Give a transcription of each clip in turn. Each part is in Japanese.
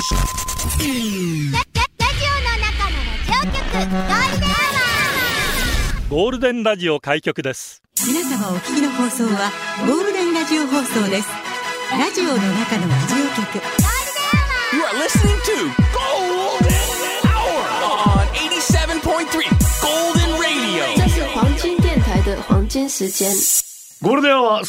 ゴールデンラジオ開局です。 皆様お聞きの放送はゴールデンラジオ放送です。ラジオの中のラジオ局。 You are listening to Golden Hour on 87.3 Golden Radio。 这是黄金電台的黄金時間。 ゴールデンは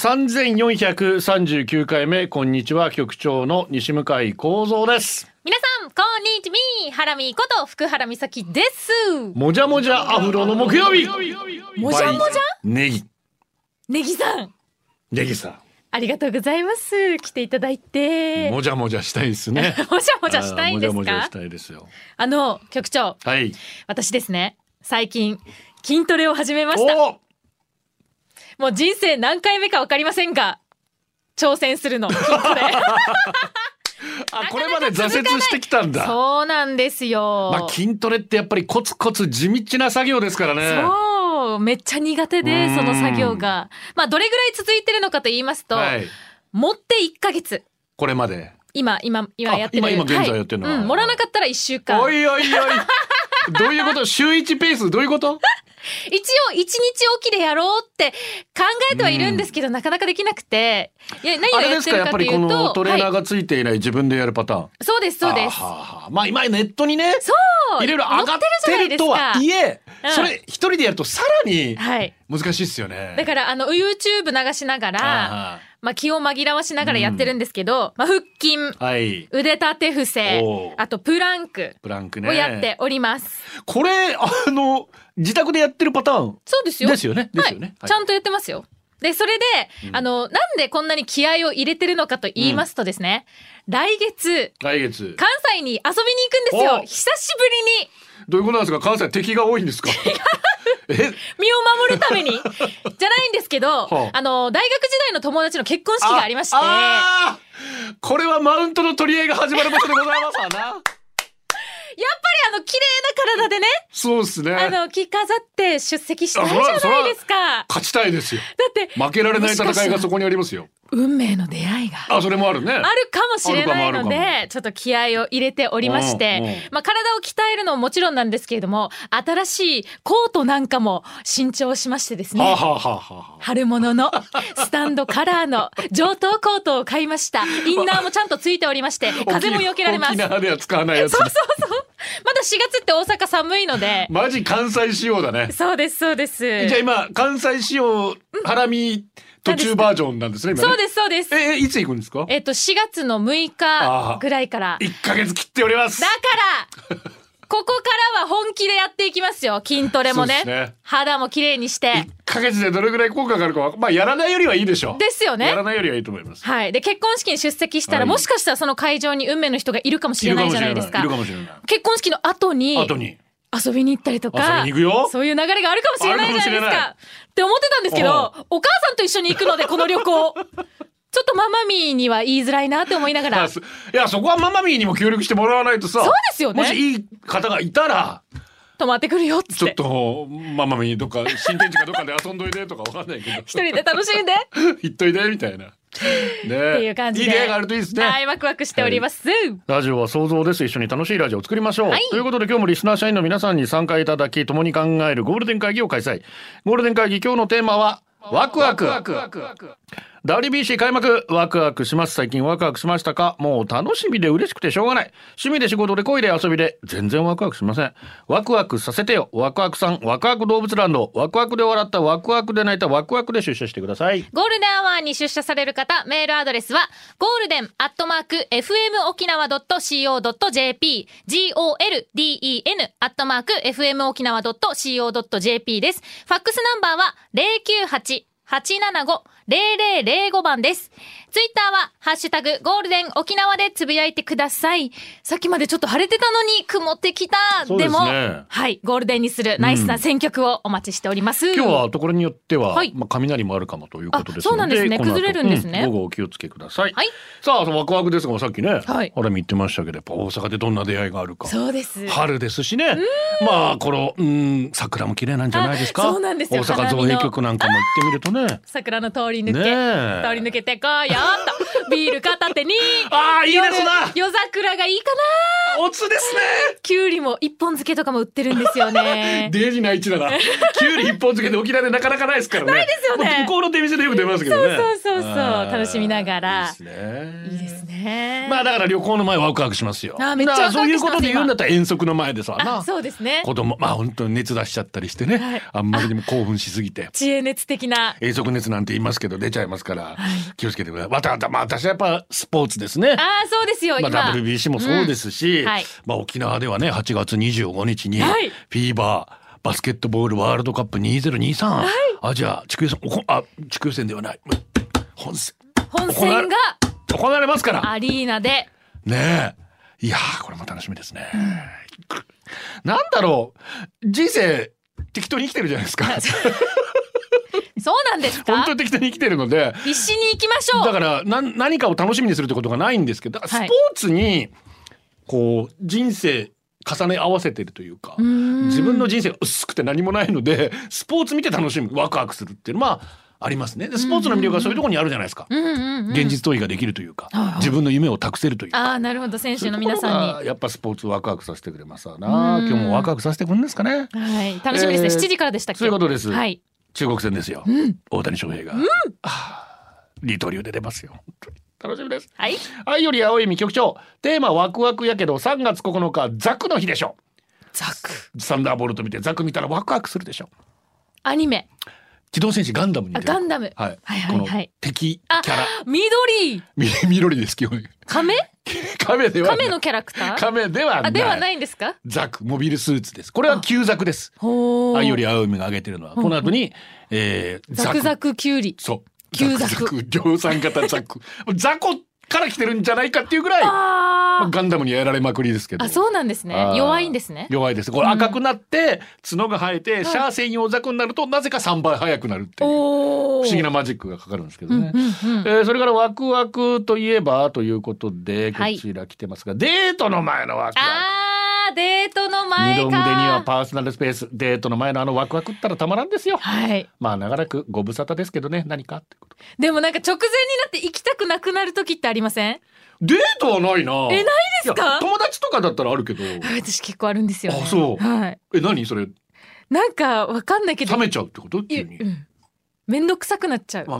3439回目。こんにちは、局長の西向井光三です。 皆さんこんにちみ、ハラミこと福原美咲です。 もじゃもじゃアフロの木曜日。 もじゃもじゃネギさん、 ネギさん、 ありがとうございます。来ていただいて。 もじゃもじゃしたいですね。 もじゃもじゃしたいんですか？ もじゃもじゃしたいですよ。 局長、 はい、私ですね、最近筋トレを始めました。もう人生何回目か分かりませんが挑戦するの、筋トレ。 これまで挫折してきたんだ。 そうなんですよ。 筋トレってやっぱりコツコツ地道な作業ですからね。 そう、めっちゃ苦手で、その作業がどれぐらい続いてるのかと言いますと、持って1ヶ月。これまで今やってる。 今現在やってるのは、 盛らなかったら1週間。 おいどういうこと？週1ペースどういうこと？ 一応1日おきでやろうって考えてはいるんですけど、なかなかできなくて。何をやってるかというと、あれですか、やっぱりこのトレーナーがついていない自分でやるパターン。 そうですそうです。 今ネットにね、いろいろ上がってるとはいえ、それ一人でやるとさらに難しいですよね。 だからYouTube 流しながら、気を紛らわしながらやってるんですけど、腹筋、腕立て伏せ、あとプランクをやっております。 これ自宅でやってるパターン。 そうですよ。 ですよね。 ちゃんとやってますよ。で、それで、なんでこんなに気合を入れてるのかと言いますとですね、来月、関西に遊びに行くんですよ。久しぶりに。 どういうことなんですか？関西敵が多いんですか？ 身を守るためにじゃないんですけど、大学時代の友達の結婚式がありまして。 これはマウントの取り合いが始まる場所でございますわな。 やっぱり綺麗な体でね。 そうですね。 着飾って出席したいじゃないですか。 勝ちたいですよ。 だって負けられない戦いがそこにありますよ。 運命の出会いが。 それもあるね。 あるかもしれないので、ちょっと気合を入れておりまして、体を鍛えるのももちろんなんですけれども、新しいコートなんかも新調しましてですね。春物のスタンドカラーの上等コートを買いました。インナーもちゃんとついておりまして、風も避けられます。 沖縄では使わないやつ。 そう。まだ4月って大阪寒いので。 マジ関西仕様だね。 そうです。 じゃあ今関西仕様ハラミ途中バージョンなんですね。今ね。 そうです。 いつ行くんですか ？4月の6日ぐらいから。 1ヶ月切っております。 だからここからは本気でやっていきますよ。筋トレも ね、肌も綺麗にして。1 ヶ月でどれぐらい効果があるかやらないよりはいいでしょう。 ですよね。 やらないよりはいいと思います。 で結婚式に出席したら、もしかしたらその会場に運命の人がいるかもしれないじゃないですか。 いるかもしれない。 結婚式の後に遊びに行ったりとか、そういう流れがあるかもしれないじゃないですかって思ってたんですけど、お母さんと一緒に行くので、この旅行ちょっとママミーには言いづらいなって思いながら。いや、そこはママミーにも協力してもらわないとさ。 そうですよね。 もしいい方がいたら泊まってくるよっつって、 ちょっとママミーどっか新天地かどっかで遊んどいでとかわかんないけど、 一人で楽しんで行っといでみたいなっていう感じで、 いい出会いがあるといいですね。 ワクワクしております。 ラジオは想像です。一緒に楽しいラジオを作りましょう。ということで今日もリスナー社員の皆さんに参加いただき、共に考えるゴールデン会議を開催。ゴールデン会議、今日のテーマはワクワク。WBC 開幕、ワクワクします。最近ワクワクしましたか？もう楽しみで嬉しくてしょうがない。趣味で仕事で恋で遊びで全然ワクワクしません。ワクワクさせてよ。ワクワクさん、ワクワク動物ランド。ワクワクで笑った、ワクワクで泣いた、ワクワクで出社してください。 ゴールデンアワーに出社される方、メールアドレスはゴールデン@fmokinawa.co.jp、 golden@fmokinawa.co.jp です。ファックスナンバーは 098-875-0005 番です。ツイッターはハッシュタグゴールデン沖縄でつぶやいてください。さっきまでちょっと晴れてたのに曇ってきた。でも、はい、ゴールデンにするナイスな選曲をお待ちしております。 今日はところによっては、雷もあるかもということですので、 そうなんですね。崩れるんですね。 午後お気をつけください。さあ、ワクワクですが、さっきね、あれ見言ってましたけど、大阪でどんな出会いがあるか。 そうです。 春ですしね。この桜も綺麗なんじゃないですか。 そうなんですよ。 大阪造幣局なんかも行ってみるとね。 桜の通り抜け、 ねえ通り抜けてこうよっとビール片手にああいいですな。 夜桜がいいかな。 おつですね。 きゅうりも一本漬けとかも売ってるんですよね。 デージな位置だな。きゅうり一本漬けで沖縄でなかなかないですからね。 ないですよね。 向こうの出店でよく出ますけどね。 そう楽しみながら。 いいですね。 いいですね。 まあだから旅行の前ワクワクしますよ。 めっちゃワクワクします。 そういうことで言うんだったら遠足の前でさな。 そうですね。 子供まあ本当に熱出しちゃったりしてね、はい、あんまりにも興奮しすぎて知恵熱的な遠足熱なんて言いますけど出ちゃいますから、はい、気をつけてください。まあ私はやっぱスポーツですね。 そうですよ。 まあ、WBC もそうですし、はい、まあ、沖縄ではね8月25日にフィーバーバスケットボールワールドカップ2023、はい、アジア地区予選ではない本戦が行われますからアリーナでねえ。いやーこれも楽しみですね、なんだろう人生適当に生きてるじゃないですかそうなんですか。 本当に適当に生きてるので必死に行きましょう。 だから何かを楽しみにするってことがないんですけど、だからスポーツにこう人生重ね合わせてるというか、自分の人生が薄くて何もないのでスポーツ見て楽しむワクワクするっていうのはありますね。でスポーツの魅力がそういうところにあるじゃないですか、現実逃避ができるというか、自分の夢を託せるというか。 なるほど。選手の皆さんにやっぱスポーツワクワクさせてくれますわな。今日もワクワクさせてくるんですかね。 はい、楽しみですね。7時からでしたっけ。 そういうことです、 はい、 中国戦ですよ、大谷翔平が、二刀流で出ますよ。本当に楽しみです。はい。愛より青いみ局長、テーマワクワクやけど3月9日ザクの日でしょ。 ザクサンダーボルト見てザク見たらワクワクするでしょ。 アニメ機動戦士ガンダムに出る。 ガンダム、 はいこの敵キャラ緑です。基本亀ではない。 亀のキャラクター亀ではない。 ではないんですか。 ザクモビルスーツです。これは旧ザクです。愛より青いみが挙げてるのはこの後にザクザクキュウリ。 そう旧ザク量産型ザクザコから来てるんじゃないかっていうぐらいガンダムにやられまくりですけど。 そうなんですね。弱いんですね。 弱いです。これ赤くなって角が生えて、シャア専用ザクになるとなぜか3倍速くなるっていう不思議なマジックがかかるんですけどね、それからワクワクといえばということでこちら来てますが、デートの前のワクワク。 デートの前か。 二度腕にはパーソナルスペース。デートの前のワクワクったらたまらんですよ。はい。まあ長らくご無沙汰ですけどね。何かってこと。 でもなんか直前になって行きたくなくなる時ってありません？ デートはないな。 ないですか？ 友達とかだったらあるけど。 私結構あるんですよね。 そう。 はい。 何それ？ なんかわかんないけど。 冷めちゃうってこと？急に。 めんどくさくなっちゃう。 まあ。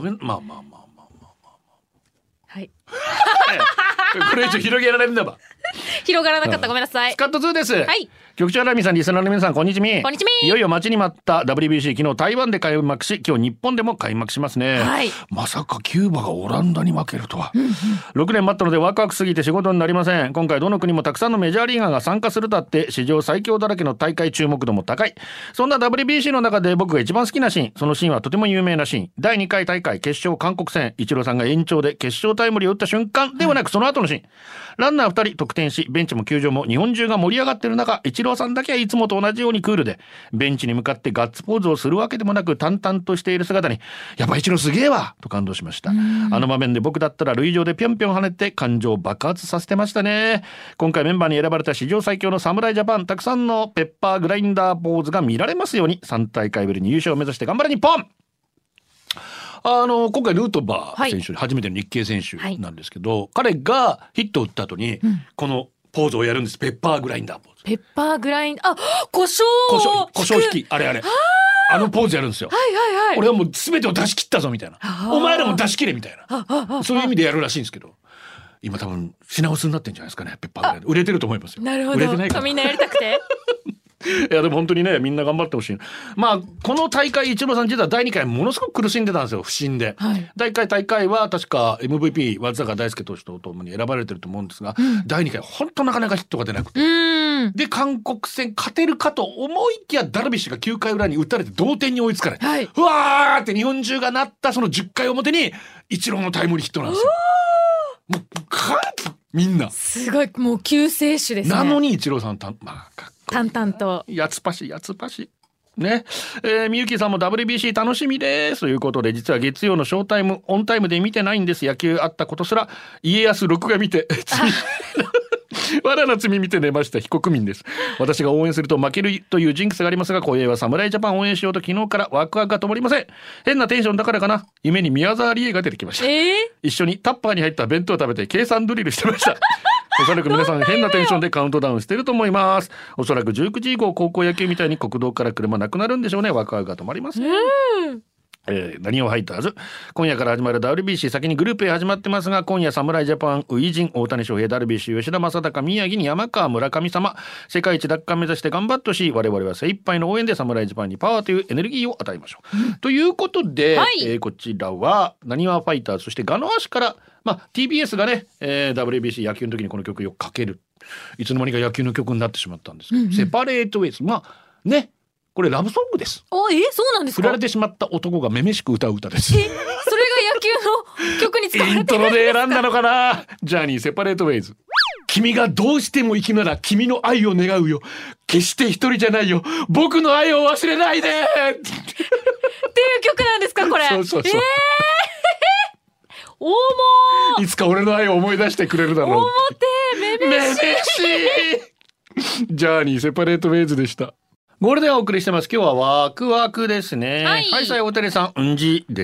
はい。 これ以上広げられるんだば。 広がらなかった、ごめんなさい。 スカット2です。 はい。 局長ラミさん、リスナーの皆さん、こんにちみ。 こんにちみ。 いよいよ待ちに待った WBC、昨日台湾で開幕し、今日日本でも開幕しますね。はい。まさかキューバがオランダに負けるとは。6年待ったのでワクワクすぎて仕事になりません。今回どの国もたくさんのメジャーリーガーが参加するとあって、史上最強だらけの大会注目度も高い。そんな WBC の中で僕が一番好きなシーン、そのシーンはとても有名なシーン。第2回大会決勝韓国戦、イチローさんが延長で決勝タイムリーを打った瞬間ではなく、その後のシーン。ランナー2人得点し、ベンチも球場も日本中が盛り上がってる中、イチローさんだけはいつもと同じようにクールで、ベンチに向かってガッツポーズをするわけでもなく淡々としている姿に、やっぱイチローすげえわと感動しました。あの場面で僕だったら塁上でぴょんぴょん跳ねて感情を爆発させてましたね。今回メンバーに選ばれた史上最強の侍ジャパン、たくさんのペッパーグラインダーポーズが見られますように、3大会ぶりに優勝を目指して頑張れ日本。今回ルートバー選手、初めての日系選手なんですけど、彼がヒットを打った後に、このポーズをやるんです。ペッパーグラインダーポーズ。 ペッパーグラインダー、胡椒引き、あれあのポーズやるんですよ。俺はもう全てを出し切ったぞみたいな、お前らも出し切れみたいな、そういう意味でやるらしいんですけど、今多分品薄になってんじゃないですかね。ペッパーグラインダー売れてると思いますよ。 なるほど。 売れてないかみんなやりたくていやでも本当にね、みんな頑張ってほしい。まあこの大会、イチローさん実は第2回ものすごく苦しんでたんですよ、不振で、第1回大会は確か MVP 松坂大輔投手とともに選ばれてると思うんですが、第2回本当なかなかヒットが出なくて、で韓国戦勝てるかと思いきやダルビッシュが9回裏に打たれて同点に追いつかれ、うわーって日本中がなったその10回表にイチローのタイムリーヒットなんですよ。もうみんなすごい、もう救世主ですね。 なのにイチローさん淡々とやつぱしね。みゆきさんも WBC 楽しみですということで、実は月曜のショータイムオンタイムで見てないんです。野球あったことすら家康録画見てわらな罪見て寝ました非国民です。私が応援すると負けるというジンクスがありますが、今宵は侍ジャパンを応援しようと昨日からワクワクが止まりません。変なテンションだからかな、夢に宮沢りえが出てきました。一緒にタッパーに入った弁当を食べて計算ドリルしてましたおそらく皆さん変なテンションでカウントダウンしてると思います。おそらく19時以降高校野球みたいに国道から車なくなるんでしょうね。ワクワクが止まりません。何を入ったはず。今夜から始まる WBC 先にグループ A 始まってますが、今夜侍ジャパン初陣、大谷翔平、ダルビッシュ、吉田正尚、宮城に山川、村上様、世界一奪還目指して頑張ってほしい。我々は精一杯の応援で侍ジャパンにパワーというエネルギーを与えましょう、ということで、こちらはなにわファイターズ、そしてガノアシから、TBS がね、WBC 野球の時にこの曲をよくかける、いつの間にか野球の曲になってしまったんですけど、セパレートウェイズ、ね、これラブソングです。 そうなんですか。 振られてしまった男がめめしく歌う歌です。 それが野球の曲に使われてるんですか。 イントロで選んだのかな。ジャーニーセパレートウェイズ。君がどうしても生きなら君の愛を願うよ。決して一人じゃないよ。僕の愛を忘れないでっていう曲なんですかこれ。 そうそうそう。 重いつか俺の愛を思い出してくれるだろう。 めめしい。ジャーニーセパレートウェイズでした。ゴールデンお送りしてます。今日はワクワクですね。はい、さいおてれさん、うんじです。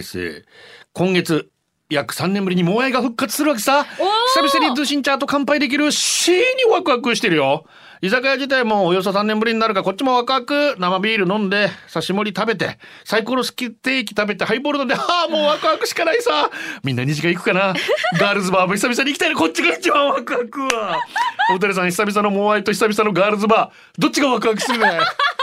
今月約3年ぶりにモアイが復活するわけさ。久々にドゥシンチャーと乾杯できるしにワクワクしてるよ。居酒屋自体もおよそ3年ぶりになるから、こっちもワクワク。生ビール飲んで刺し盛り食べてサイコロステーキ食べてハイボール飲んで、もうワクワクしかないさ。みんな2時間行くかな。ガールズバーも久々に行きたいな。こっちが一番ワクワクは。おてれさん、久々のモアイと久々のガールズバー、どっちがワクワクするね。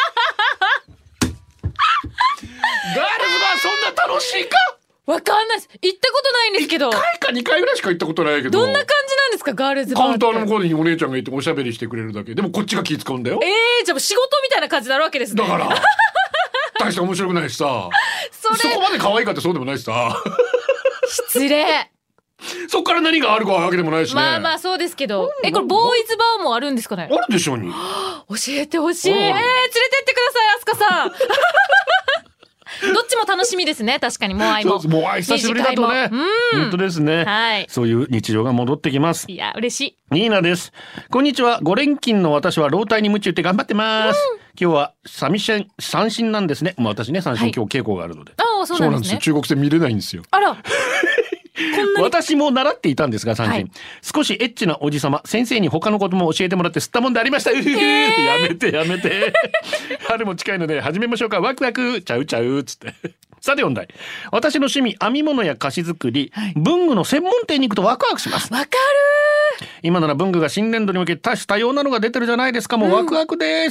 ガールズバーそんな楽しいか。 わかんないです。行ったことないんですけど。 1回か2回ぐらいしか行ったことないけど。 どんな感じなんですかガールズバーって。 カウンターの向こうにお姉ちゃんがいておしゃべりしてくれるだけ。でもこっちが気使うんだよ。 じゃあ仕事みたいな感じになるわけですね。 だから大して面白くないしさ。そこまで可愛いかってそうでもないしさ。 失礼。そっから何があるかわけでもないしね。 そうですけど、これボーイズバーもあるんですかね。 あるでしょうに。 教えてほしい。連れてってください、アスカさん。どっちも楽しみですね。確かにモアイも。 モアイ久しぶりだとね。本当ですね。そういう日常が戻ってきます。 いや嬉しい。 ニーナです。こんにちは。5連勤の私は老体に夢中って頑張ってます。今日は三振なんですね。私ね、三振今日稽古があるので。 そうなんですね。 中国戦見れないんですよ。 あら。 私も習っていたんですが、三振、少しエッチなおじさま、先生に他のことも教えてもらって吸ったもんでありました。やめて春も近いので始めましょうか。ワクワクちゃうちゃうつってさて本題。私の趣味、編み物や菓子作り、文具の専門店に行くとワクワクします。 わかる。 今なら文具が新年度に向け多種多様なのが出てるじゃないですか。もうワクワクです、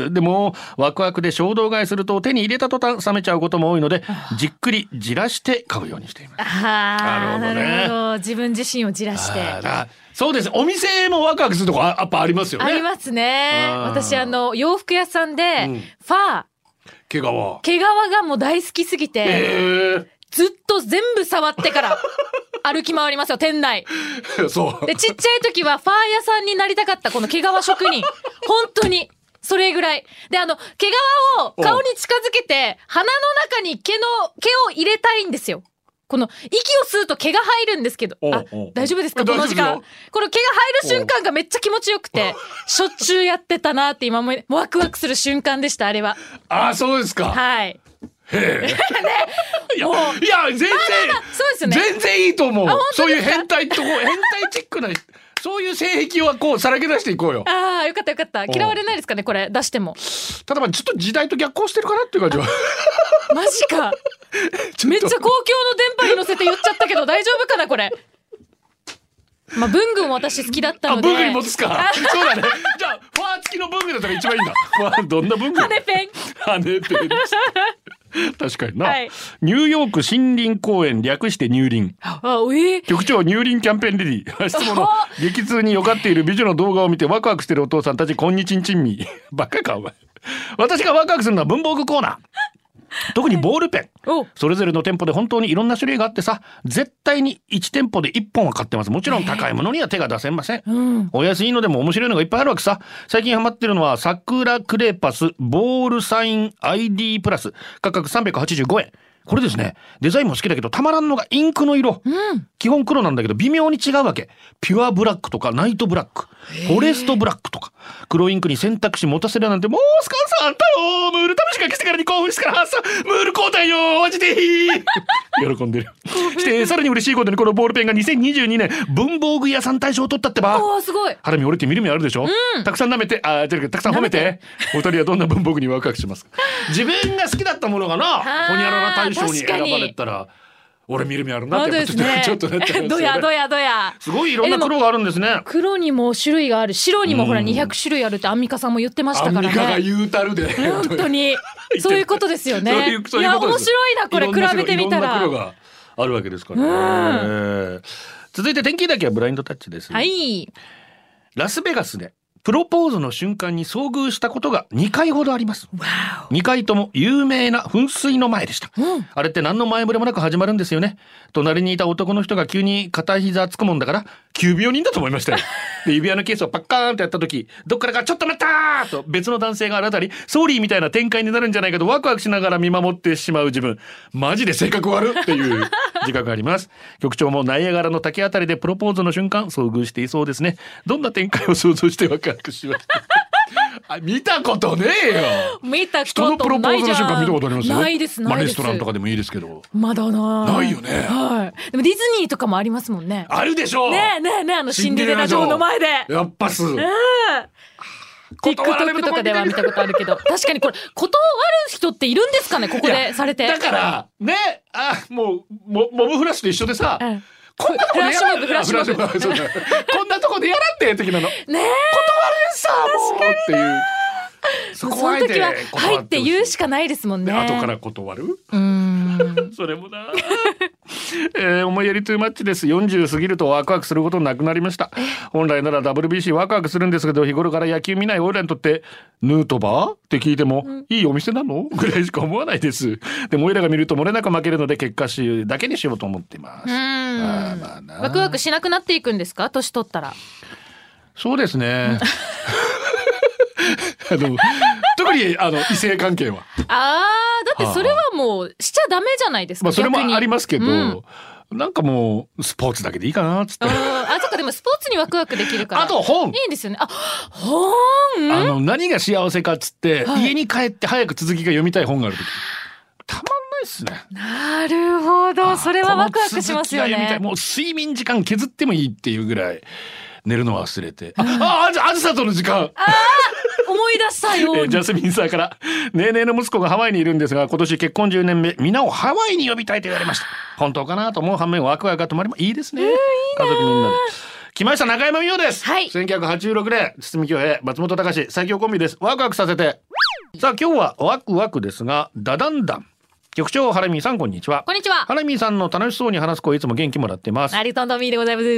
でもワクワクで衝動買いすると手に入れた途端冷めちゃうことも多いので、じっくりじらして買うようにしています。 なるほど。自分自身をじらして。 そうです。お店もワクワクするとこやっぱありますよね。 ありますね。私洋服屋さんで、ファー毛皮がもう大好きすぎて、ずっと全部触ってから歩き回りますよ、店内。 そうで、ちっちゃい時はファー屋さんになりたかった、この毛皮職人。本当にそれぐらいで、毛皮を顔に近づけて鼻の中に毛を入れたいんですよ。この息を吸うと毛が入るんですけど、大丈夫ですかこの時間。この毛が入る瞬間がめっちゃ気持ちよくて、しょっちゅうやってたなって今もワクワクする瞬間でした、あれは。 そうですか。 はい。 いや全然そうですよね。 全然いいと思う。そういう変態チックなそういう性癖はこうさらけ出していこうよ。 よかった嫌われないですかねこれ出しても。 ただちょっと時代と逆行してるかなっていう感じは。 マジか。めっちゃ公共の電波に乗せて言っちゃったけど大丈夫かなこれ。文具も私好きだったので。 文具に持つか。そうだね。じゃあファー付きの文具だったら一番いいんだ。どんな文具？ 羽ペン。 確かにな、ニューヨーク森林公園略して乳林。局長、乳林キャンペーンレディ。質問の激痛によかっている美女の動画を見てワクワクしているお父さんたち、こんにちんちんみ。バカかお前。私がワクワクするのは文房具コーナー。 特にボールペンおそれぞれの店舗で本当にいろんな種類があってさ、絶対に1店舗で1本は買ってます。もちろん高いものには手が出せません、お安いのでも面白いのがいっぱいあるわけさ。最近ハマってるのはサクラクレパスボールサイン ID プラス、価格385円。これですね、デザインも好きだけどたまらんのがインクの色、基本黒なんだけど微妙に違うわけ。ピュアブラックとかナイトブラック、フォレストブラックとか、黒インクに選択肢持たせるなんて、もうスカンさんあんたよ、ムール試し書きしてからに興奮してからさ、ムール交代よマジで喜んでるしてさらに嬉しいことにこのボールペンが2022年文房具屋さん大賞を取ったってば。 おーすごい。 ハラミ折れて見る目あるでしょ、たくさん舐めて、たくさん褒めて。お二人はどんな文房具にワクワクしますか？自分が好きだったものがな、ホニャララ大賞に選ばれたら俺見る目あるなってちょっとなっちゃいますよね。 どやすごいいろんな黒があるんですね。 黒にも種類がある、白にもほら200種類あるってアンミカさんも言ってましたからね。 アンミカが言うたるで本当にそういうことですよね。いや面白いなこれ、比べてみたらいろんな黒があるわけですからね。続いて天気だけはブラインドタッチです。 はい。 ラスベガスでプロポーズの瞬間に遭遇したことが2回ほどあります。2回とも有名な噴水の前でした、あれって何の前触れもなく始まるんですよね。隣にいた男の人が急に片膝つくもんだから急病人だと思いましたよ。で指輪のケースをパッカーンってやった時、どっからかちょっと待ったーと別の男性があらたりソーリーみたいな展開になるんじゃないかとワクワクしながら見守ってしまう自分、マジで性格悪っていう自覚があります。局長もナイアガラの滝あたりでプロポーズの瞬間遭遇していそうですね。どんな展開を想像してワクワクしました見たことねえよ。 見た人のプロポーズの瞬間見たことありますよ。 ないです。 レストランとかでもいいですけど。 まだないよね。 はい。でもディズニーとかもありますもんね。 あるでしょう。 ねえシンデレラ城の前で。 やっぱす。 TikTok とかでは見たことあるけど、確かにこれ断る人っているんですかね、ここでされて。だからね、もうモブフラッシュと一緒でさ。こんなとこでやらんこんなとこでやらんって時なの。ねえ。断れんさもうっていう。 その時ははいって言うしかないですもんね。 後から断る。それもな。思いやりトゥーマッチです。40過ぎるとワクワクすることなくなりました。本来なら WBC ワクワクするんですけど、日頃から野球見ない俺らにとってヌートバーって聞いても、いいお店なのぐらいしか思わないです。でも俺らが見ると漏れなく負けるので結果集だけにしようと思ってます。 ワクワクしなくなっていくんですか、年取ったら。 そうですね。特に異性関係はだってそれはもうしちゃダメじゃないですか。 それもありますけど、なんかもうスポーツだけでいいかなっつって。 そっか、でもスポーツにワクワクできるから。 あと本いいんですよね。本何が幸せかっつって、家に帰って早く続きが読みたい本がある時たまんないっすね。 なるほど、それはワクワクしますよね。 もう睡眠時間削ってもいいっていうぐらい寝るの忘れて。あずさとの時間思い出したよジャスミンさんから、ねえねえの息子がハワイにいるんですが、今年結婚10年目、皆をハワイに呼びたいと言われました。本当かなと思う反面、ワクワクが止まりもいいですね。家族みんなで来ました。中山美穂です。1986年堤恭平、松本隆、最強コンビです。ワクワクさせて。さあ今日はワクワクですが、ダダンダン。局長ハラミーさん、こんにちは。 こんにちは。 ハラミーさんの楽しそうに話す声、いつも元気もらってます。 ありがとうみーでございます。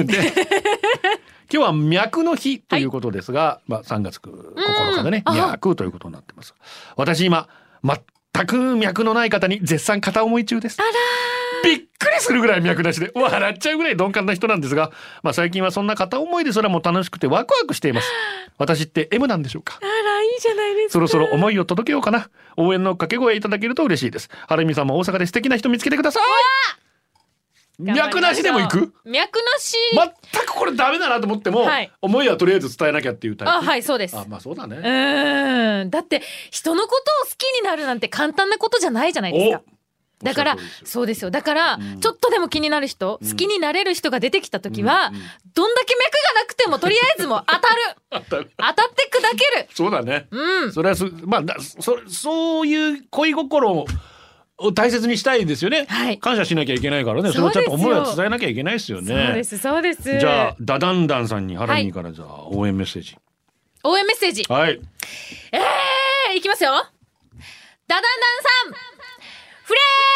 今日は脈の日ということですが、3月9日でね、脈ということになってます。私今全く脈のない方に絶賛片思い中です。びっくりするぐらい脈なしで笑っちゃうぐらい鈍感な人なんですが、最近はそんな片思いですらも楽しくてワクワクしています。私って M なんでしょうか。 いいじゃないですか。 そろそろ思いを届けようかな。応援の掛け声いただけると嬉しいです。ハラミさんも大阪で素敵な人見つけてください。脈なしでも行く？ 脈なし全くこれダメだなと思っても、思いはとりあえず伝えなきゃっていうタイプ。 はい、そうです。 そうだね。 だって人のことを好きになるなんて簡単なことじゃないじゃないですか。だからそうですよ。だから、ちょっとでも気になる人、好きになれる人が出てきた時は、どんだけ脈がなくてもとりあえずもう当たって砕ける。 そうだね。それはそういう恋心を大切にしたいですよね。感謝しなきゃいけないからね。それをちゃんと思いは伝えなきゃいけないですよね。 そうです。 じゃあダダンダンさんにハラミーからじゃあ応援メッセージ。はい。 いきますよ。ダダンダンさん、フレ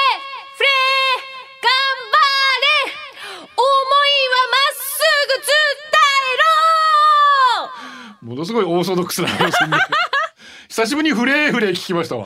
頑張れ、思いはまっすぐ伝えろ。 ものすごいオーソドックスな話で久しぶりにフレ聞きましたわ。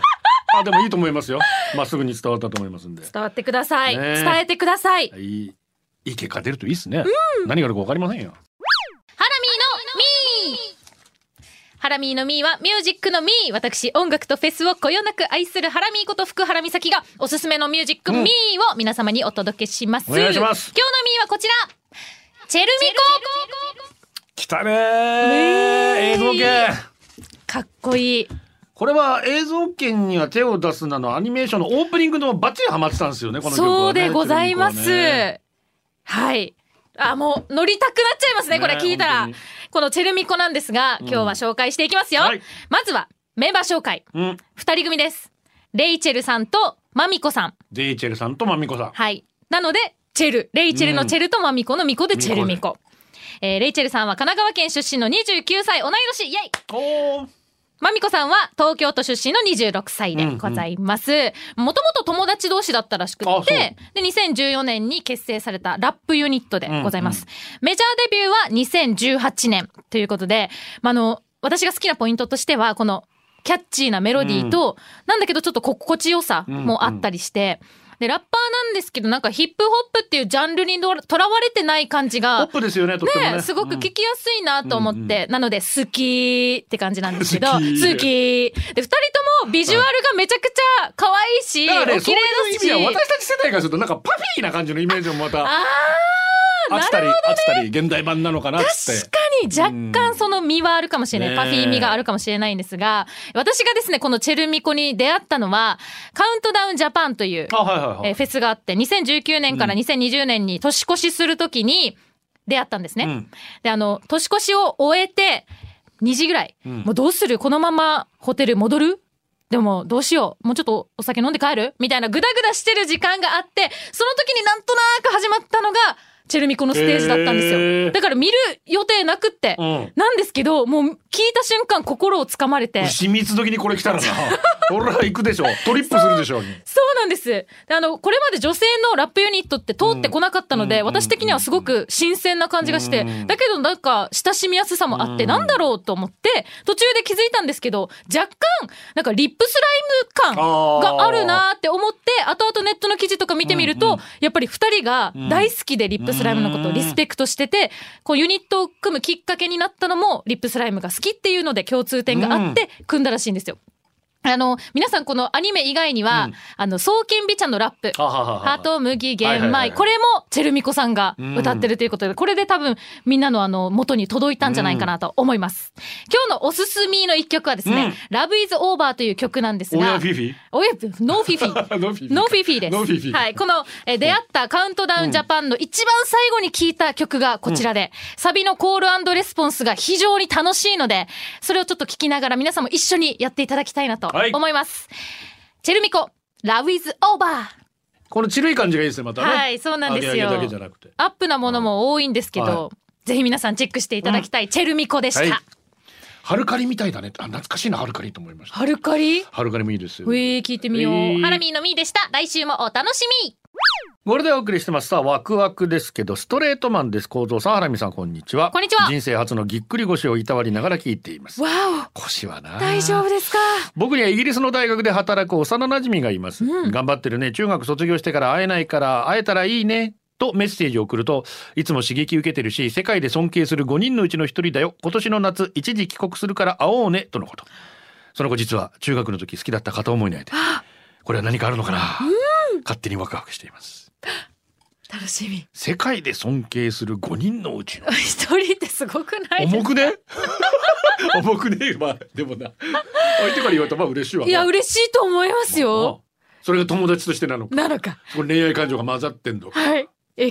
でもいいと思いますよ。まっすぐに伝わったと思いますんで。 伝わってください、 ね、 伝えてください。 いい結果出るといいですね、何があるか分かりませんよ。 ハラミーのミー。ハラミーのミーはミュージックのミー。私音楽とフェスをこよなく愛するハラミーこと福原美咲がおすすめのミュージックミーを皆様にお届けします。 お願いします。 今日のミーはこちら、チェルミコ。 来たねー、映像系かっこいい。 これは映像圏には手を出すなのアニメーションのオープニングのバッチリハマってたんですよね、この曲はね。 そうでございます、ね、はい。もう乗りたくなっちゃいますね、これ聞いたら。このチェルミコなんですが、今日は紹介していきますよ、はい、まずはメンバー紹介、2人組です。レイチェルさんとマミコさん。 レイチェルさんとマミコさん。 はい。なのでチェル、レイチェルのチェルとマミコのミコでチェルミコ。レイチェルさんは神奈川県出身の29歳、同い年、イエイ。おー。マミコさんは東京都出身の26歳でございます。もともと友達同士だったらしくって、で2014年に結成されたラップユニットでございます。メジャーデビューは2018年ということで、私が好きなポイントとしてはこのキャッチーなメロディーと、なんだけどちょっと心地よさもあったりして、でラッパーなんですけど、なんかヒップホップっていうジャンルにとらわれてない感じがポップですよね、とってもね、 すごく聞きやすいなと思って、なので好きって感じなんですけど、好きで2人ともビジュアルがめちゃくちゃ可愛いし、お綺麗だし、そういう意味は私たち世代からするとなんかパフィーな感じのイメージもまたあったり現代版なのかなって。 確かに若干その身はあるかもしれない、パフィー味があるかもしれないんですが、私がですねこのチェルミコに出会ったのはカウントダウンジャパンというフェスがあって、2019年から2020年に年越しするときに出会ったんですね、で年越しを終えて2時ぐらい、もうどうする、このままホテル戻る、でもどうしよう、もうちょっとお酒飲んで帰るみたいなグダグダしてる時間があって、その時になんとなく始まったのがチェルミコのステージだったんですよ。だから見る予定なくって、なんですけど、もう聞いた瞬間心をつかまれて、 牛蜜時にこれ来たらなほら行くでしょ、トリップするでしょ。 そうなんです。でこれまで女性のラップユニットって通ってこなかったので、私的にはすごく新鮮な感じがして、だけどなんか親しみやすさもあって、なんだろうと思って途中で気づいたんですけど、若干なんかリップスライム感があるなって思って、後々ネットの記事とか見てみると、やっぱり2人が大好きでリップスライムのことをリスペクトしてて、こうユニットを組むきっかけになったのもリップスライムが好きっていうので共通点があって組んだらしいんですよ。皆さんこのアニメ以外には、双剣美茶のラップ、ハト麦玄米、これもチェルミコさんが歌ってるということで、これで多分みんなの元に届いたんじゃないかなと思います。今日のおすすめの一曲はですね、Love is Over という曲なんですが、ノーフィフィノーフィフィです。はい、この出会ったカウントダウンジャパンの一番最後に聴いた曲がこちらで、サビのコール&レスポンスが非常に楽しいので、それをちょっと聞きながら皆さんも一緒にやっていただきたいなと思います。チェルミコ Love is Over。 このチルい感じがいいですね、またね。 はい、そうなんですよ。アップなものも多いんですけど、ぜひ皆さんチェックしていただきたい、チェルミコでした。 ハルカリみたいだね。懐かしいな、ハルカリと思いました。 ハルカリもいいですよ。 聞いてみよう。ハラミーのミーでした。来週もお楽しみ。 これでお送りしてます。さあワクワクですけど、ストレートマンです。構造さん、ハラミさん、こんにちは。 こんにちは。 人生初のぎっくり腰をいたわりながら聞いています。 わお。 腰はな、 大丈夫ですか。 僕にはイギリスの大学で働く幼馴染がいます、頑張ってるね、中学卒業してから会えないから会えたらいいねとメッセージを送ると、いつも刺激受けてるし世界で尊敬する5人のうちの1人だよ、今年の夏一時帰国するから会おうねとのこと。その子実は中学の時好きだった片思いの相手。これは何かあるのかな、勝手にワクワクしています。 楽しみ。 世界で尊敬する5人のうちの 1人ってすごくないですか。 重くね重くね。まあでもな、相手から言われたらまあ嬉しいわ。 いや嬉しいと思いますよ。 それが友達としてなのか。これ恋愛感情が混ざってんの。 はい。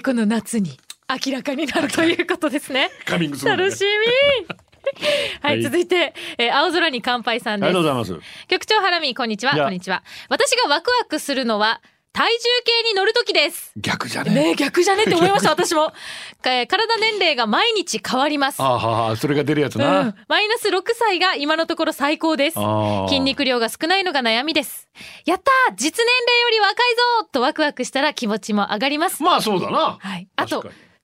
この夏に明らかになるということですね。 カミングスーンね。 楽しみ。はい、続いて、青空に乾杯さんです。 ありがとうございます。 局長ハラミ、こんにちは。こんにちは。私がワクワクするのは体重計に乗るときです。 逆じゃね。 逆じゃねって思いました私も。体年齢が毎日変わります。 それが出るやつな。 マイナス6歳が今のところ最高です。筋肉量が少ないのが悩みです。やったー、実年齢より若いぞとワクワクしたら気持ちも上がります。 まあそうだな。 はい。あと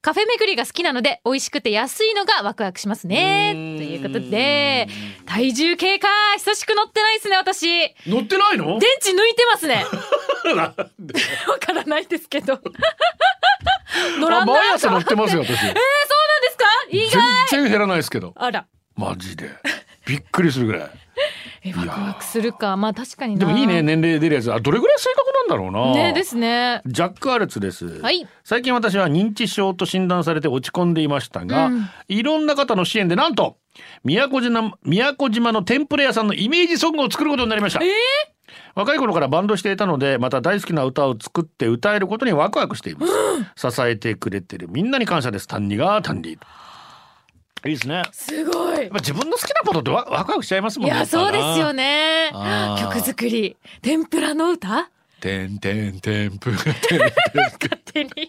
カフェ巡りが好きなので美味しくて安いのがワクワクしますねということで、体重計か久しく乗ってないですね。私乗ってないの？ 電池抜いてますねわからないですけど乗らんな毎朝乗ってますよ私。 そうなんですか？意外。 全然減らないですけど。 あらマジでびっくりするぐらいワクワクするか。まあ確かにな。 でもいいね、年齢出るやつ。どれぐらい正確なんだろうな。 ねですね。 ジャック・アルツです、 はい、 最近私は認知症と診断されて落ち込んでいましたが、いろんな方の支援でなんと宮古島の天ぷら屋さんのイメージソングを作ることになりました。若い頃からバンドしていたので、また大好きな歌を作って歌えることにワクワクしています、支えてくれてるみんなに感謝です。タンニがタンリー。いいですね。 すごい。 自分の好きなことってワクワクしちゃいますもんね。 いやそうですよね。曲作り天ぷらの歌てんてんてんぷら勝手に面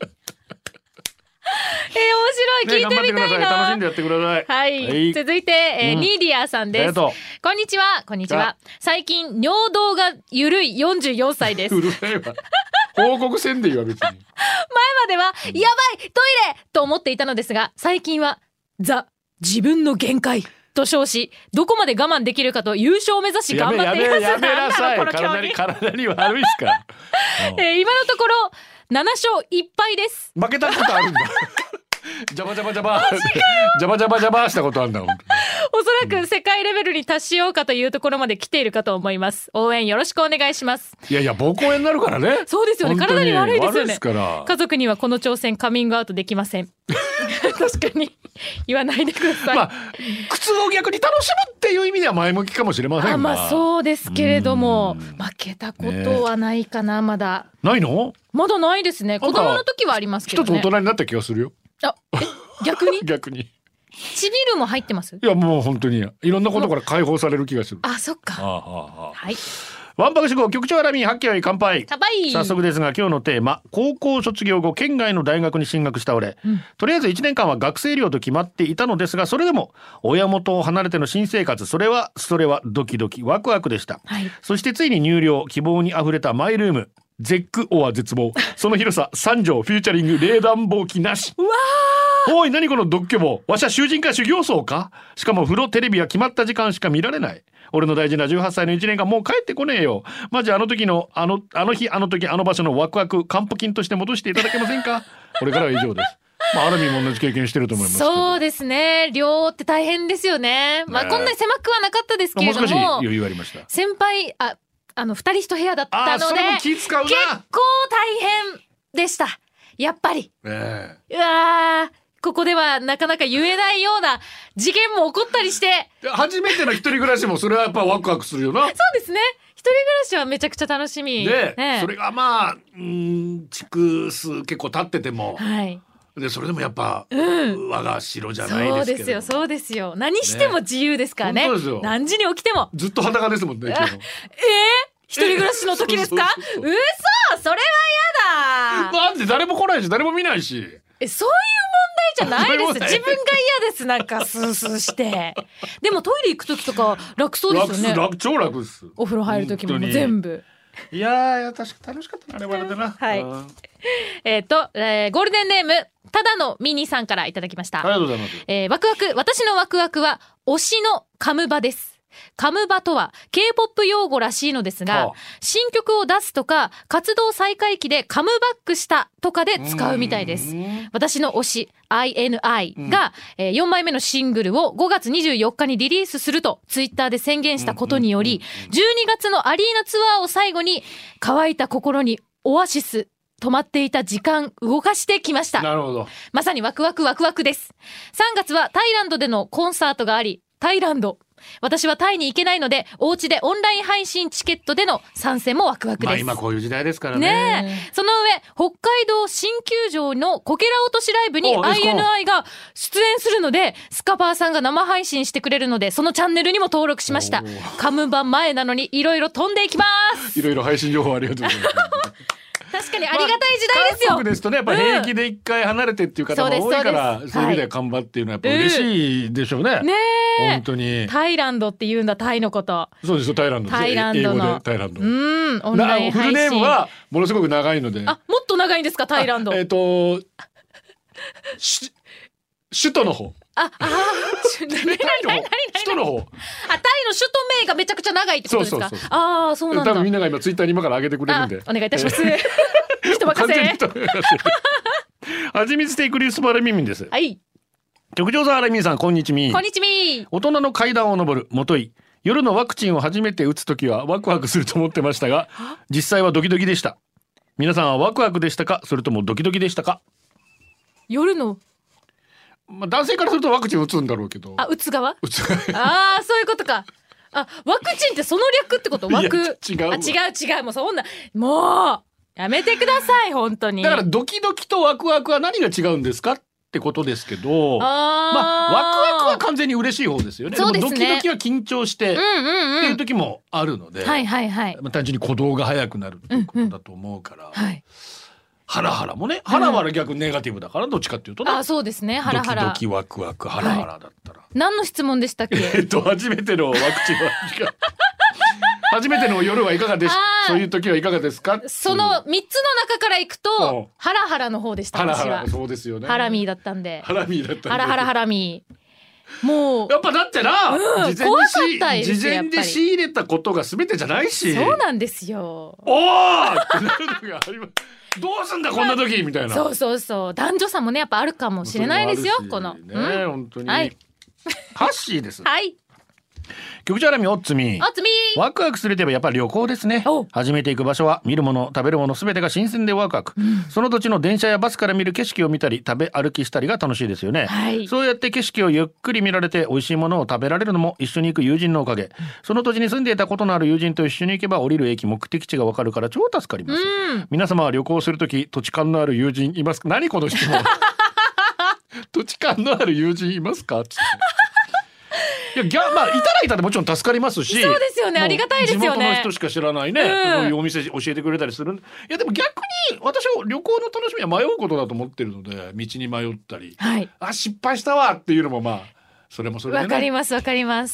白い、聞いてみたいな、 楽しんでやってください。 はい、続いて、ニーディアさんです。こんにちは。最近尿道が緩い44歳です。 うるさいわ報告せんでいいわ別に。前までは、やばいトイレと思っていたのですが、最近は自分の限界と称し、どこまで我慢できるかと優勝を目指し頑張っています。 やめなさい。体に悪いっすか今のところ7勝1敗です。 負けたことあるんだジャバしたことあるんだ。おそらく世界レベルに達しようかというところまで来ているかと思います。応援よろしくお願いします。 いや膀胱炎になるからね。 そうですよね。体に悪いですよね。 家族にはこの挑戦カミングアウトできません確かに言わないでください。 苦痛を逆に楽しむっていう意味では前向きかもしれませんが、 そうですけれども、負けたことはないかな。まだないの？ まだないですね。子供の時はありますけどね。 一つ大人になった気がするよ。 逆に逆にちびるも入ってます？ いやもう本当にいろんなことから解放される気がする。 そっか。はい。 ワンパクシ号局長アラミン発揮乾杯。 乾杯。 早速ですが今日のテーマ、高校卒業後県外の大学に進学した俺、とりあえず1年間は学生寮と決まっていたのですが、それでも親元を離れての新生活、それはドキドキワクワクでした、そしてついに入寮、希望にあふれたマイルーム、絶句オア絶望、その広さ3畳、フューチャリング冷暖房機なし。うわおい何この独居房、わしゃ囚人か修行僧か。しかも風呂テレビは決まった時間しか見られない。俺の大事な18歳の1年間もう帰ってこねえよ。マジあの時のあの日あの時あの場所のワクワク還付金として戻していただけませんか。これからは以上です。アラミンも同じ経験してると思いますけど。 そうですね。寮って大変ですよね。こんなに狭くはなかったですけれども、 もう少し余裕ありました。 先輩2人1部屋だったので、 それも気使うな。 結構大変でしたやっぱり。うわここではなかなか言えないような事件も起こったりして、 初めての一人暮らしもそれはやっぱワクワクするよな。 そうですね。一人暮らしはめちゃくちゃ楽しみで、それが築数結構経ってても、でそれでもやっぱ、我が城じゃないですけど。 そうですよ。何しても自由ですからね。何時に起きてもずっと裸ですもんね。 一人暮らしの時ですか？嘘、それは嫌だ。 なんで誰も来ないし誰も見ないし。 そういう問題じゃないです。自分が嫌です。なんかスースーして。でもトイレ行く時とか楽そうですよね。 超楽です。 お風呂入る時も全部。 いや確か楽しかったな、あれまでな。 はい。ゴールデンネームただのミニさんからいただきました。 ありがとうございます。 ワクワク、私のワクワクは推しのカムバです。カムバとは K-POP 用語らしいのですが、新曲を出すとか活動再開期でカムバックしたとかで使うみたいです。私の推し INI が、4枚目のシングルを5月24日にリリースするとツイッターで宣言したことにより、12月のアリーナツアーを最後に乾いた心にオアシス、止まっていた時間動かしてきました。 なるほど。 まさにワクワクワクワクです。3月はタイランドでのコンサートがあり、私はタイに行けないので、お家でオンライン配信チケットでの参戦もワクワクです。 今こういう時代ですからね。 その上、北海道新球場のこけら落としライブに INI が出演するので、スカパーさんが生配信してくれるので、そのチャンネルにも登録しました。カムバ前なのにいろいろ飛んでいきます。 いろいろ配信情報ありがとうございます。 確かにありがたい時代ですよ。 韓国ですとね、やっぱ平気で一回離れてっていう方が多いから、そういう意味では看板っていうのはやっぱ嬉しいでしょうね。本当に。 タイランドって言うんだ、タイのこと。 そうですよ、タイランド。 タイランドの。 英語でタイランド。 オンライン配信。 フルネームはものすごく長いので。 もっと長いんですか、タイランド。 首都の方。 首都の方。 タイの方。 タイの首都名がめちゃくちゃ長いってことですか。 そうそうなんだ。 多分みんなが今ツイッターに今から上げてくれるんで。 お願いいたします。人任せ。 はちみつテイクリスバラミミンです。 はい。 局長さん、アラミンさん、こんにちみ。 こんにちみ。 大人の階段を上るもとい。夜のワクチンを初めて打つときはワクワクすると思ってましたが、実際はドキドキでした。皆さんはワクワクでしたか、それともドキドキでしたか。 夜の。 男性からするとワクチン打つんだろうけど。 打つ側。 打つ側。 そういうことか。ワクチンってその略ってこと。枠。違う。違う。もうそんな。もう。やめてください、本当に。 だからドキドキとワクワクは何が違うんですかってことですけど、ワクワクは完全に嬉しい方ですよね。 そうですね。 でもドキドキは緊張してっていう時もあるので、 単純に鼓動が速くなるっていうことだと思うから、ハラハラもね、ハラハラ逆にネガティブだからどっちかっていうとね。 そうですね、ハラハラ。 ドキドキワクワクハラハラだったら。 何の質問でしたっけ。 初めてのワクチンは初めての夜はいかがです。そういう時はいかがですか。 その3つの中からいくとハラハラの方でした。私はそうですよね。 ハラミーだったんで。 ハラハラミー。もうやっぱだってな、 怖かったですよ。 事前で仕入れたことが全てじゃないし。 そうなんですよ。 ってなるのがあります。どうすんだこんな時みたいな。 そう男女差もねやっぱあるかもしれないですよ。この本当に。ハッシーです。 はい。 局長、アラミ、おっつみ。ワクワクするといえばやっぱり旅行ですね。初めて行く場所は見るもの食べるもの全てが新鮮でワクワク、その土地の電車やバスから見る景色を見たり食べ歩きしたりが楽しいですよね、そうやって景色をゆっくり見られて美味しいものを食べられるのも一緒に行く友人のおかげ。その土地に住んでいたことのある友人と一緒に行けば降りる駅目的地が分かるから超助かります、皆様は旅行するとき土地勘のある友人いますか。何この質問。土地勘のある友人いますか。いたらいたでもちろん助かりますし。 そうですよね、ありがたいですよね。 地元の人しか知らないね、そういうお店教えてくれたりする。いやでも逆に私は旅行の楽しみは迷うことだと思ってるので、道に迷ったり、失敗したわっていうのもそれもそれでね。わかります。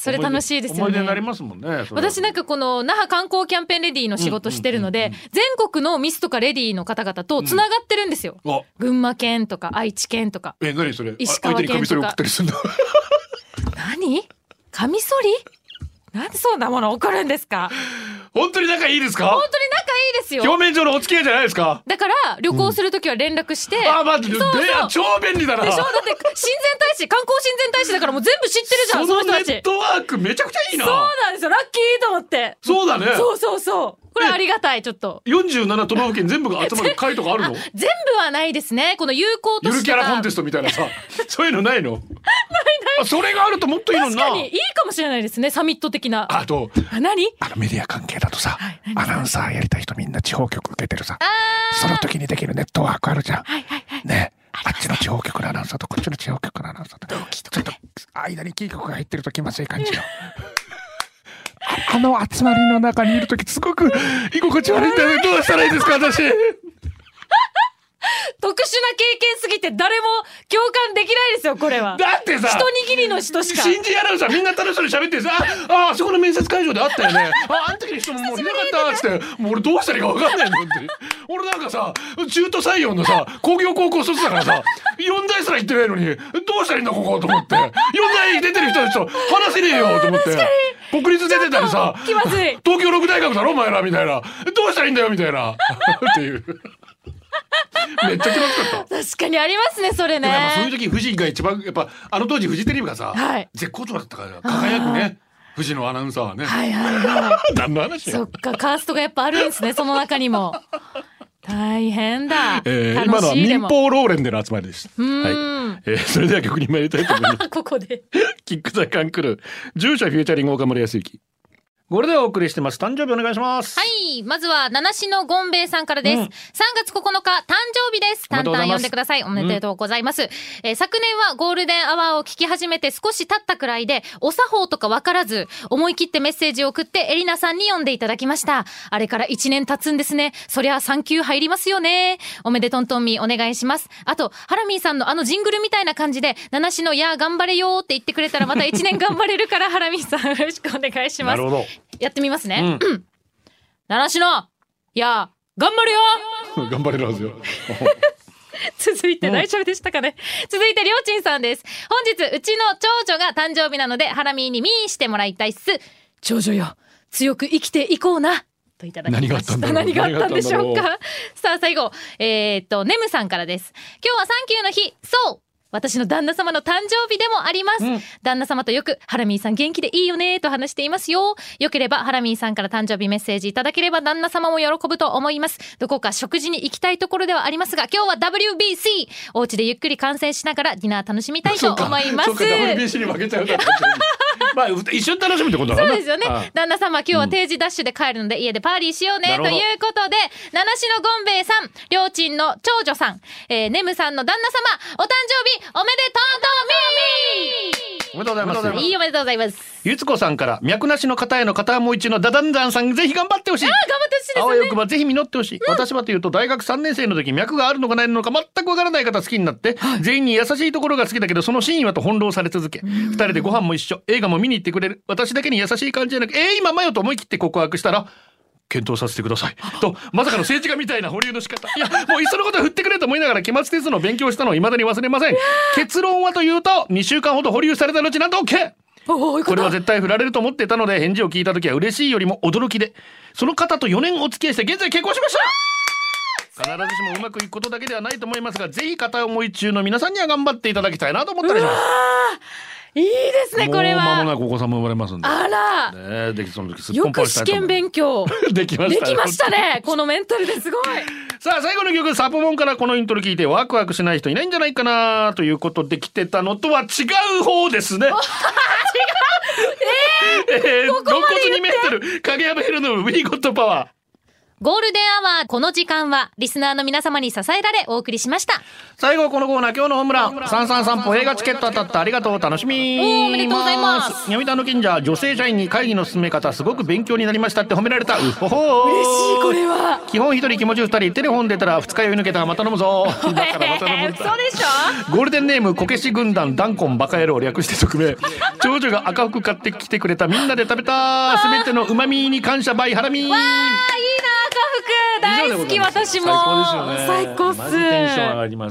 それ楽しいですよね。 思い出になりますもんね。 私なんかこの那覇観光キャンペーンレディーの仕事してるので、全国のミスとかレディーの方々とつながってるんですよ、群馬県とか愛知県とか。 何それ。 石川県とか。相手にカミソリ送ったりするの。何？カミソリ？なんでそんなもの送るんですか。 本当に仲いいですか。 本当に仲いいですよ。 表面上のお付き合いじゃないですか。 だから旅行するときは連絡して、 超便利だな。 でしょ。だって観光親善大使だからもう全部知ってるじゃん。その人たち。 ネットワークめちゃくちゃいいな。 そうなんですよ。ラッキーと思って。 そうだね。 そう。これありがたい。ちょっと 47都道府県全部が集まる会とかあるの。 全部はないですね。この有効都市とかゆるキャラコンテストみたいなさ、そういうのないの。ないそれがあるともっといいのにな。 確かにいいかもしれないですね。サミット的な。何？ メディア関係だとさ、アナウンサーやりたい人みんな地方局受けてるさ、その時にできるネットワークあるじゃん。ね、あっちの地方局のアナウンサーとこっちの地方局のアナウンサーとちょっと間にキー局が入ってると気まずい感じよ。集まりの中にいるときすごく居心地悪いんだよね。どうしたらいいですか私。 特殊な経験すぎて誰も共感できないですよこれは。 だってさ、 一握りの人しか。 新人アナウンサーみんな楽しそうに喋ってさ、あそこの面接会場であったよね。あの時の人ももういなかったっつって、もう俺どうしたらいいか分かんないのって。俺なんかさ中途採用のさ工業高校卒だからさ4大すら行ってないのにどうしたらいいんだここと思って、4大出てる人たちと話せねえよと思って。国立出てたりさ、 気まずい。 東京六大学だろお前らみたいな、どうしたらいいんだよみたいなっていう。めっちゃ気まずかった。 確かにありますねそれね。 でもそういう時フジが一番やっぱ当時フジテレビがさ、絶好調だったから輝くね。フジのアナウンサーはね。何の話や。 そっか、カーストがやっぱあるんですねその中にも。大変だ。 今のは民放ローレンでの集まりです。それでは曲に参りたいと思います。 ここでキックザカンクル従者フューチャリング岡村康之。これでお送りしてます。誕生日お願いします。 はい。まずは、七種のゴンベイさんからです。3月9日、誕生日です。タンタン読んでください。おめでとうございます。昨年はゴールデンアワーを聞き始めて少し経ったくらいで、お作法とかわからず、思い切ってメッセージを送って、エリナさんに読んでいただきました。あれから1年経つんですね。そりゃ産休入りますよね。おめでとんとんみお願いします。あと、ハラミーさんのジングルみたいな感じで、七種のやー頑張れよーって言ってくれたら、また1年頑張れるから、ハラミーさんよろしくお願いします。 なるほど。 やってみますね。七種の、いや、頑張るよ。 頑張れるはずよ。 続いて大丈夫でしたかね。続いてりょうちんさんです。本日うちの長女が誕生日なのでハラミーにミーしてもらいたいっす。長女よ、強く生きていこうなといただきました。何があったんでしょうか。さあ最後、ネムさんからです。今日はサンキューの日。そう、私の旦那様の誕生日でもあります、旦那様とよくハラミーさん元気でいいよねと話していますよ。よければハラミーさんから誕生日メッセージいただければ旦那様も喜ぶと思います。どこか食事に行きたいところではありますが、今日は WBC お家でゆっくり観戦しながらディナー楽しみたいと思います。 そうか WBC に負けちゃうからまあ一緒に楽しむってことだな。 そうですよね。旦那様今日は定時ダッシュで帰るので、家でパーリーしようねということで、七種のゴンベイさん、りょうちんの長女さん、ネムさんの旦那様、お誕生日おめでとうおめでとうございます。 いいおめでとうございます。 ゆつこさんから、脈なしの方への片思い中のダダンダンさん、ぜひ頑張ってほしい。 頑張ってほしいですよね。 あわよくばぜひ実ってほしい、私はというと大学3年生の時、脈があるのかないのか全くわからない方好きになって、全員に優しいところが好きだけどその真意はと翻弄され続け、2人でご飯も一緒、映画も見に行ってくれる、私だけに優しい感じじゃなく、今マヨと思い切って告白したら、検討させてくださいとまさかの政治家みたいな保留の仕方。いやもういっそのこと振ってくれと思いながら期末テストの勉強したのを未だに忘れません。結論はというと、2週間ほど保留された後なんと OK。これは絶対振られると思ってたので、返事を聞いた時は嬉しいよりも驚きで、その方と4年お付き合いして現在結婚しました。必ずしもうまくいくことだけではないと思いますが、ぜひ片思い中の皆さんには頑張っていただきたいなと思ったりします。 いいですね。これはもう間もなくお子さんも生まれますんで。 あら、 ね、できその時すっよぽんぽんしたいと思います。 く試験勉強できましたね。 できましたね。このメンタルですごい。 さあ最後の曲、サポモンからこのイントロ聞いてワクワクしない人いないんじゃないかなということで来てたのとは違う方ですね。違うここまで肋骨2メートル影山ヒロのウィーゴットパワー。 ゴールデンアワー、この時間はリスナーの皆様に支えられお送りしました。 最後はこのコーナー、今日のホームラン333歩映画チケット当たった、ありがとう、楽しみ。 おめでとうございます。 読谷の近所、女性社員に会議の進め方すごく勉強になりましたって褒められた。うほほー、 嬉しい。これは基本一人気持ち二人、テレフォン出たら二日酔い抜けた、また飲むぞ。だからまた飲むそうでしょ。 ゴールデンネームこけし軍団ダンコンバカ野郎略して匿名。長女が赤服買ってきてくれた、みんなで食べた、すべての旨味に感謝バイハラミー。 わー、いいな、赤服大好き。私も最高ですよね。 最高っす。 マジテンション上がります。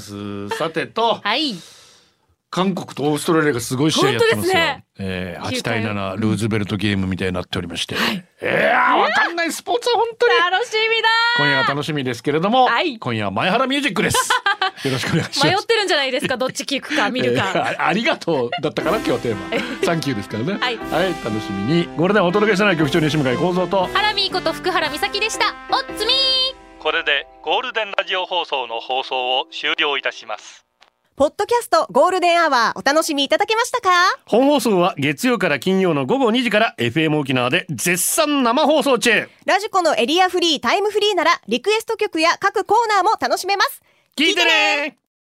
さてと、 はい、 韓国とオーストラリアがすごい試合やってますよ。 本 8対7ルーズベルトゲームみたいになっておりまして、わかんないスポーツは本当に楽しみだ。 今夜は楽しみですけれども、 はい、 今夜は前原ミュージックです。よろしくお願いします。 迷ってるんじゃないですか、どっち聞くか見るか。 ありがとうだったかな、今日テーマサンキューですからね。 はい、 はい、楽しみに。ゴールデンお届けしてない局長西向井光三とハラミーこと福原美咲でした。おっつみー。 これでゴールデンラジオ放送の放送を終了いたします。 ポッドキャストゴールデンアワー、お楽しみいただけましたか？ 本放送は月曜から金曜の午後2時から FM 沖縄で絶賛生放送中。 ラジコのエリアフリー、タイムフリーならリクエスト曲や各コーナーも楽しめます。 聞いてね。